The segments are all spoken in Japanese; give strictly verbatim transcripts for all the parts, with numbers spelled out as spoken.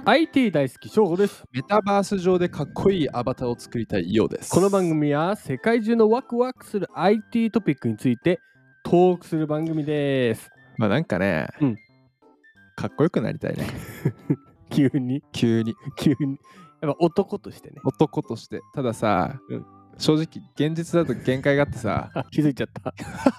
アイティー 大好き翔吾です。 メタバース上でかっこいいアバターを作りたいようです。 この番組は世界中のワクワクする アイティー トピックについてトークする番組です。 まあなんかね、 うん、 かっこよくなりたいね。 急に急に急にやっぱ男としてね。 男として。たださ、うん、正直現実だと限界があってさ気づいちゃった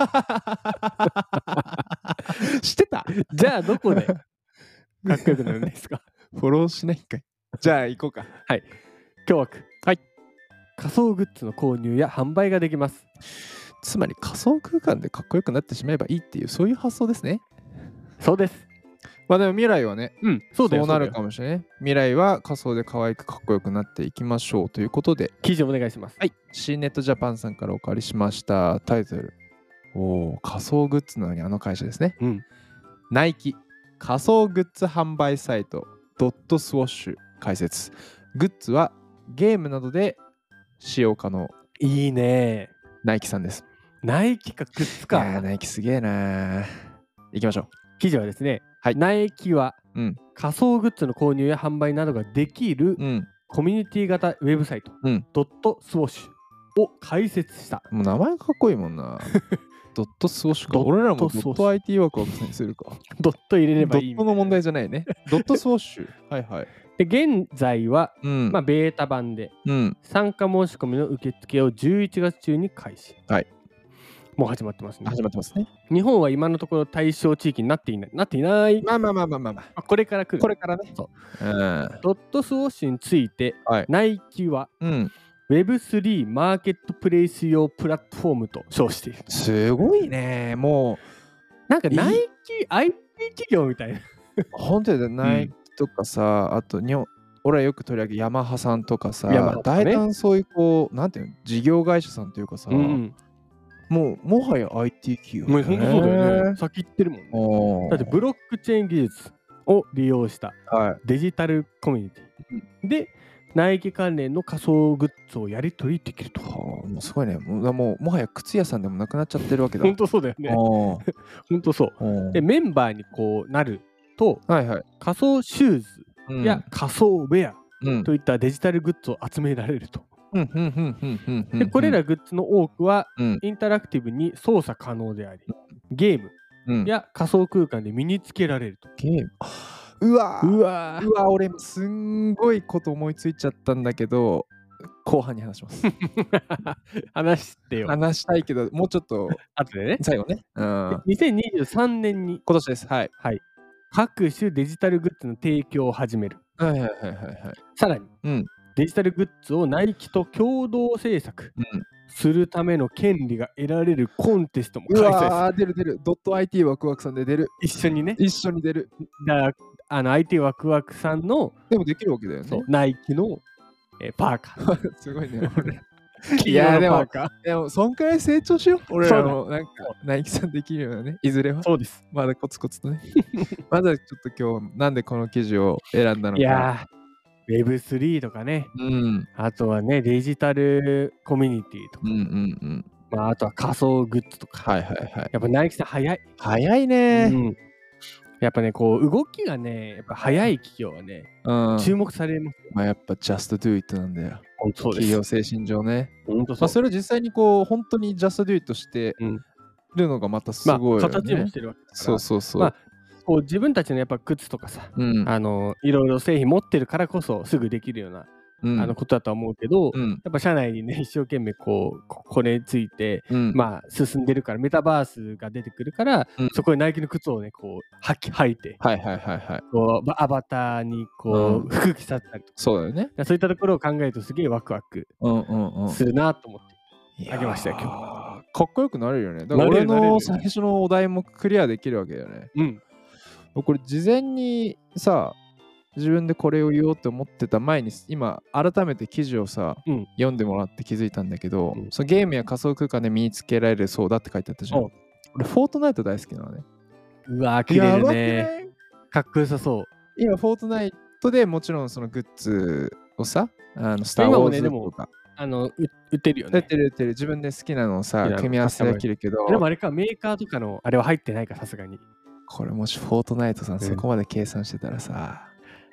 知ってたじゃあどこでかっこよくなるんですかフォローしないんかい。じゃあ行こうか。 はい、今日ははい、 仮想グッズの購入や販売ができます。 つまり仮想空間でかっこよくなってしまえばいいっていうそういう発想ですね。 そうです。 まあでも未来はね、 うん、そうだよ、 そうなるかもしれない。未来は仮想で可愛くかっこよくなっていきましょうということで、 記事お願いします。 はい、シーネットジャパンさんからお借りしましたタイトル。おお、仮想グッズなのにあの会社ですね。 うん、 ナイキ仮想グッズ販売サイトドットスウォッシュ開設。グッズはゲームなどで使用可能。 いいね。 ナイキさんです。 ナイキかグッズか。 いやー、ナイキすげえなー。行きましょう。 記事はですね、 はい、 ナイキは、 うん、 仮想グッズの購入や販売などができる、 うん、 コミュニティ型ウェブサイト、 うん、 ドットスウォッシュを開設した。 もう名前かっこいいもんな。ドットスウォッシュか。俺らもドット アイティー ワークワークにするか。 ドット入れればいい。 ドットの問題じゃないね。ドットスウォッシュ。はいはい。 で現在は、 うん、 まあ、ベータ版で、 うん、 参加申し込みの受付をじゅういちがつ中に開始。 はい。 もう始まってますね。 始まってますね。 日本は今のところ対象地域になっていない。なっていない。 まあまあまあまあまあまあ。 これから来る。 これからね。 そう。 うん。 ドットスウォッシュについて、 はい、 ナイキは、 うん、 ウェブスリー マーケットプレイス用プラットフォームと称している。 すごいね。もうなんかナイキ アイティー 企業みたいな。 本当にナイキとかさ、うん、あと日本俺はよく取り上げヤマハさんとかさ、ね、大体そういうこうなんていうの事業会社さんというかさ、うん、もうもはや アイティー 企業、ね、 もう本当そうだよね。先行ってるもんね。だってブロックチェーン技術を利用したデジタルコミュニティ、はい、でナイキ関連の仮想グッズをやり取りできると。 はあ、もうすごいね。もう、もうもはや靴屋さんでもなくなっちゃってるわけだ。 本当そうだよね。本当そう。でメンバーにこうなると、はいはい、仮想シューズや仮想ウェアといったデジタルグッズを集められると。でこれらグッズの多くはインタラクティブに操作可能であり、ゲームや仮想空間で身につけられると。 ゲームうわうわうわ俺すんごいこと思いついちゃったんだけど後半に話します話してよ。 話したいけどもうちょっと後でね。 最後ね、うん、 にせんにじゅうさんねんに今年です。はい、 はい、各種デジタルグッズの提供を始める。 はいはいはいはい、はい、 さらに、 うん、 デジタルグッズをナイキと共同制作するための権利が得られるコンテストも開催する。 うわー出る出る。ドット アイティー ワクワクさんで出る。 一緒にね。 一緒に出る。 だからあの アイティー ワクワクさんのでもできるわけだよね。 そうナイキの、えー、パーカー。 すごいね。いやでもでもそんくらい成長しよう。俺らもなんかナイキさんできるようなね。いずれは。 そうです。 まだコツコツとね。まだちょっと今日なんでこの記事を選んだのか。 いやー ウェブスリー とかね、うん、あとはねデジタルコミュニティとか、うんうんうん、まあ、あとは仮想グッズとか、はいはいはい、やっぱナイキさん早い早いね、うん、 やっぱねこう動きがねやっぱ早い企業はね、うん、注目されますよ。 まあやっぱ Just Do It なんだよ。 本当そうです。 企業精神上ね。 本当そう。 まあ、それを実際にこう本当に Just Do It してるのがまたすごい、ね、 まあ、形もしてるわけですから。 そうそうそう。 まあこう自分たちのやっぱ靴とかさ、うん、あのいろいろ製品持ってるからこそすぐできるような、うん、あのことだとは思うけど、うん、やっぱ社内にね一生懸命こうこれについて、うん、まあ進んでるからメタバースが出てくるから、うん、そこにナイキの靴をねこう履き履いて、はいはいはいはい、こうアバターにこう、うん、服着させたりとか、 そうだよね。 そういったところを考えるとすげえワクワクするなと思ってあげましたよ今日。 かっこよくなれるよね。だから俺の最初のお題もクリアできるわけだよね。うん。これ事前にさ自分でこれを言おうって思ってた前に今改めて記事をさ、うん、読んでもらって気づいたんだけど、うん、そのゲームや仮想空間で身につけられるそうだって書いてあったじゃん。俺フォートナイト大好きなのね。 うわー綺麗だね。かっこよさそう。 今フォートナイトでもちろんそのグッズをさあのスター・ウォーズとかあの売ってるよね。 売ってる売ってる。自分で好きなのをさ組み合わせできるけど、 でもあれかメーカーとかのあれは入ってないかさすがに。 これもしフォートナイトさん、うん、そこまで計算してたらさ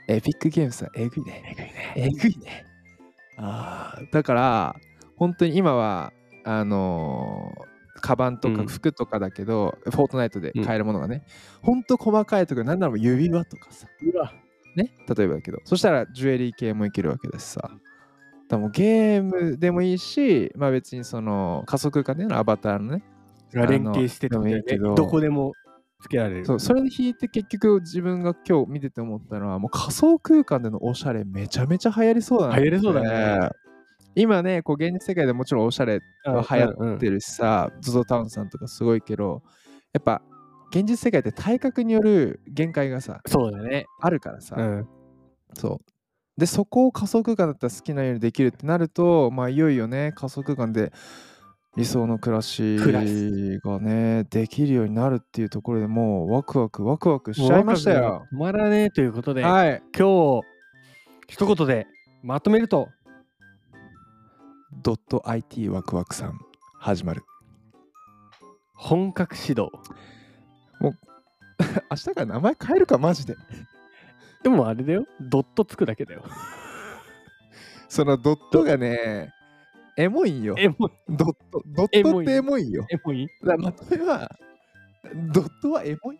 エピックゲームさ、えぐいね。えぐいね。えぐいね。ああ、だから、本当に今は、あのー、カバンとか服とかだけど、うん、フォートナイトで買えるものがね、うん、ほんと細かいとか、なんなら指輪とかさ。 うわ。 ね、例えばだけど、そしたらジュエリー系もいけるわけだしさ。だもうゲームでもいいし、まあ別にその仮想空間でのアバターのね、 が連携しててもいいけど、どこでもつけられる。 そう、それで引いて結局自分が今日見てて思ったのは、もう仮想空間でのおしゃれめちゃめちゃ流行りそうだね。流行りそうだね。 今ね、こう現実世界でもちろんおしゃれは流行ってるしさ、ゾゾタウンさんとかすごいけど、やっぱ現実世界って体格による限界がさ、 そうだね。 あるからさ、 うん、 そう。で、そこを仮想空間だったら好きなようにできるってなると、まあいよいよね、仮想空間で理想の暮らしがね、できるようになるっていうところでもうワクワクワクワクしちゃいましたよ。 止まらねえということで、 はい、 今日一言でまとめると、 ドット アイティー ワクワクさん始まる。 本格指導。 もう明日から名前変えるかマジで。 でもあれだよ、ドットつくだけだよ。 そのドットがね、エモいんよ。 エモい。 ドット、ドットってエモいよ。 エモい。 だまとめは、ドットはエモい。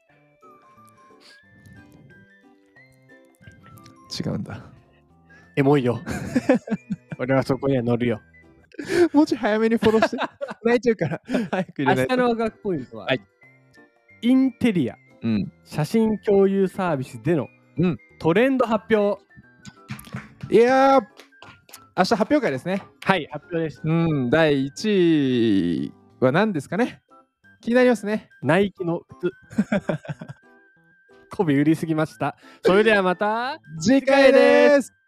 違うんだ。 エモいよ。俺はそこには乗るよ。 もうちょい早めにフォローして。泣いちゃうから。早く入れないと。 明日のワクワクポイントは、はい、インテリア、うん、写真共有サービスでの、うん、トレンド発表。 いやー、明日発表会ですね。 はい、発表です。 うん、だいいちいは何ですかね。気になりますね。 ナイキの靴。媚び売りすぎました。それではまた次回です。